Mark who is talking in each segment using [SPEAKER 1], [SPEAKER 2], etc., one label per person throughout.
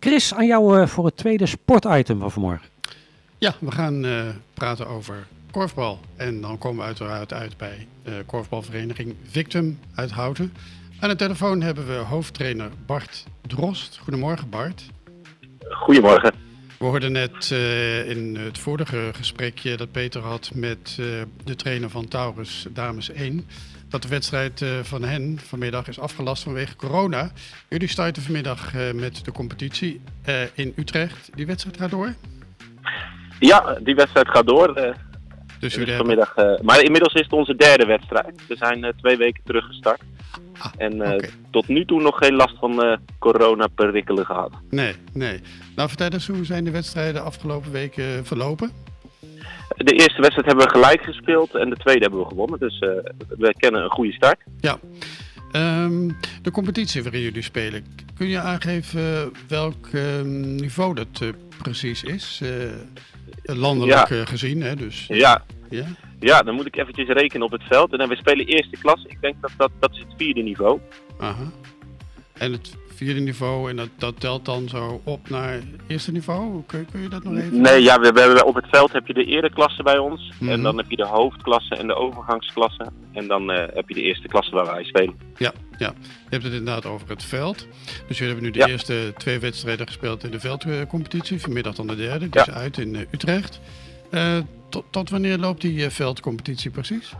[SPEAKER 1] Chris, aan jou voor het tweede sportitem van vanmorgen.
[SPEAKER 2] Ja, we gaan praten over korfbal. En dan komen we uiteraard uit bij de korfbalvereniging Victum uit Houten. Aan de telefoon hebben we hoofdtrainer Bart Drost. Goedemorgen, Bart.
[SPEAKER 3] Goedemorgen.
[SPEAKER 2] We hoorden net in het vorige gesprekje dat Peter had met de trainer van Taurus Dames 1... dat de wedstrijd van hen vanmiddag is afgelast vanwege corona. Jullie starten vanmiddag met de competitie in Utrecht. Die wedstrijd gaat door?
[SPEAKER 3] Ja, die wedstrijd gaat door. Dus vanmiddag, maar inmiddels is het onze derde wedstrijd. We zijn 2 weken terug gestart. Tot nu toe nog geen last van corona-perikelen gehad.
[SPEAKER 2] Nee. Nou, vertel eens, hoe zijn de wedstrijden afgelopen weken verlopen?
[SPEAKER 3] De eerste wedstrijd hebben we gelijk gespeeld en de tweede hebben we gewonnen. Dus we kennen een goede start. Ja.
[SPEAKER 2] De competitie waarin jullie spelen, kun je aangeven welk niveau dat precies is? Landelijk gezien, hè? Dus,
[SPEAKER 3] ja, dan moet ik eventjes rekenen op het veld. En dan we spelen eerste klasse. Ik denk dat is het 4e niveau.
[SPEAKER 2] Aha. En het 4e niveau, en dat telt dan zo op naar het eerste niveau? Kun je dat nog even?
[SPEAKER 3] Nee, ja, we hebben op het veld heb je de ereklasse bij ons. Mm-hmm. En dan heb je de hoofdklasse en de overgangsklasse. En dan heb je de eerste klasse waar wij spelen.
[SPEAKER 2] Ja. Je hebt het inderdaad over het veld. Dus jullie hebben nu de eerste 2 wedstrijden gespeeld in de veldcompetitie. Vanmiddag dan de derde, die is uit in Utrecht. Tot wanneer loopt die veldcompetitie precies?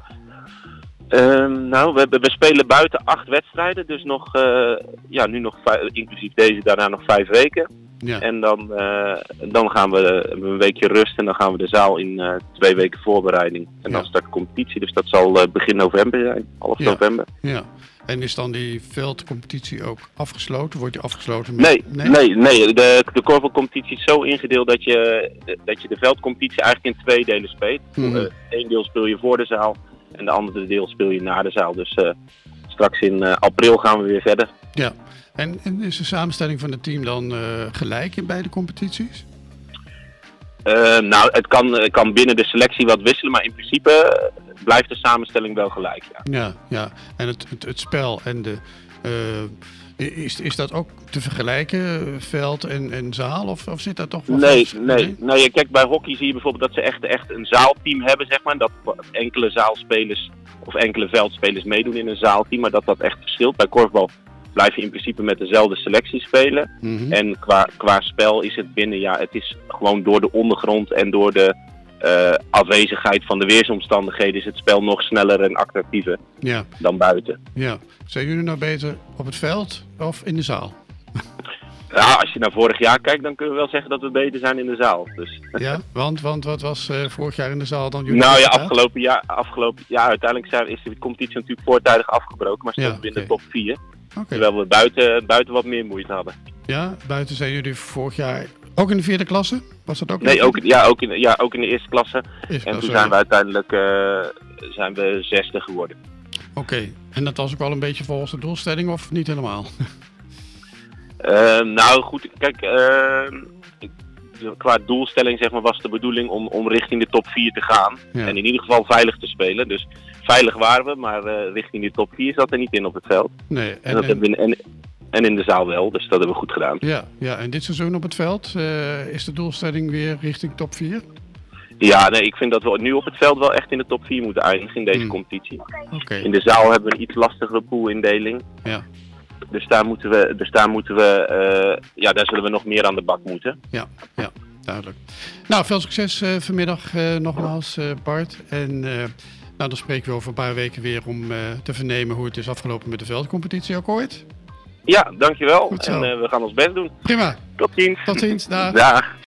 [SPEAKER 3] We spelen buiten 8 wedstrijden, dus nog, nu nog 5, inclusief deze, daarna nog 5 weken. Ja. En dan gaan we een weekje rust en dan gaan we de zaal in 2 weken voorbereiding. En dan start de competitie, dus dat zal begin november zijn, half november.
[SPEAKER 2] Ja. En is dan die veldcompetitie ook afgesloten? Wordt die afgesloten
[SPEAKER 3] met... Nee. De korfbalcompetitie is zo ingedeeld dat je de veldcompetitie eigenlijk in 2 delen speelt. Mm-hmm. 1 deel speel je voor de zaal en de andere deel speel je na de zaal. Dus straks in april gaan we weer verder.
[SPEAKER 2] Ja, en is de samenstelling van het team dan gelijk in beide competities?
[SPEAKER 3] Het kan binnen de selectie wat wisselen, maar in principe blijft de samenstelling wel gelijk.
[SPEAKER 2] Ja. En het spel en is dat ook te vergelijken, veld en zaal? Of zit dat toch wel?
[SPEAKER 3] Nee. Kijk, bij hockey zie je bijvoorbeeld dat ze echt een zaalteam hebben, zeg maar. Dat enkele zaalspelers of enkele veldspelers meedoen in een zaalteam, maar dat echt verschilt. Bij korfbal blijf je in principe met dezelfde selectie spelen. Mm-hmm. En qua spel is het binnen, het is gewoon door de ondergrond en door de afwezigheid van de weersomstandigheden is het spel nog sneller en attractiever dan buiten.
[SPEAKER 2] Ja. Zijn jullie nou beter op het veld of in de zaal?
[SPEAKER 3] Ja, als je naar vorig jaar kijkt, dan kunnen we wel zeggen dat we beter zijn in de zaal. Dus.
[SPEAKER 2] Ja, want wat was vorig jaar in de zaal dan jullie?
[SPEAKER 3] Nou ja, afgelopen jaar uiteindelijk is de competitie natuurlijk voortijdig afgebroken, maar stonden we in de top 4. Okay. Terwijl we buiten wat meer moeite hadden.
[SPEAKER 2] Ja, buiten zijn jullie vorig jaar ook in de 4e klasse? Was dat ook?
[SPEAKER 3] Nee, ook in de eerste klasse. En toen zijn we uiteindelijk zijn we 6e geworden.
[SPEAKER 2] Oké, en dat was ook wel een beetje volgens de doelstelling of niet helemaal?
[SPEAKER 3] Goed, kijk, qua doelstelling zeg maar, was de bedoeling om richting de top 4 te gaan. Ja. En in ieder geval veilig te spelen. Dus veilig waren we, maar richting de top 4 zat er niet in op het veld.
[SPEAKER 2] Nee,
[SPEAKER 3] en in de zaal wel, dus dat hebben we goed gedaan.
[SPEAKER 2] Ja, en dit seizoen op het veld, is de doelstelling weer richting top 4?
[SPEAKER 3] Ja, nee, ik vind dat we nu op het veld wel echt in de top 4 moeten eindigen in deze competitie.
[SPEAKER 2] Okay.
[SPEAKER 3] In de zaal hebben we een iets lastigere poolindeling.
[SPEAKER 2] Ja.
[SPEAKER 3] Dus daar zullen we nog meer aan de bak moeten.
[SPEAKER 2] Ja, duidelijk. Nou, veel succes vanmiddag nogmaals, Bart. En dan spreken we over een paar weken weer om te vernemen hoe het is afgelopen met de veldcompetitie. Akkoord?
[SPEAKER 3] Ja, dankjewel. En we gaan ons best doen.
[SPEAKER 2] Prima.
[SPEAKER 3] Tot ziens.
[SPEAKER 2] Tot ziens. Dag.
[SPEAKER 3] Dag.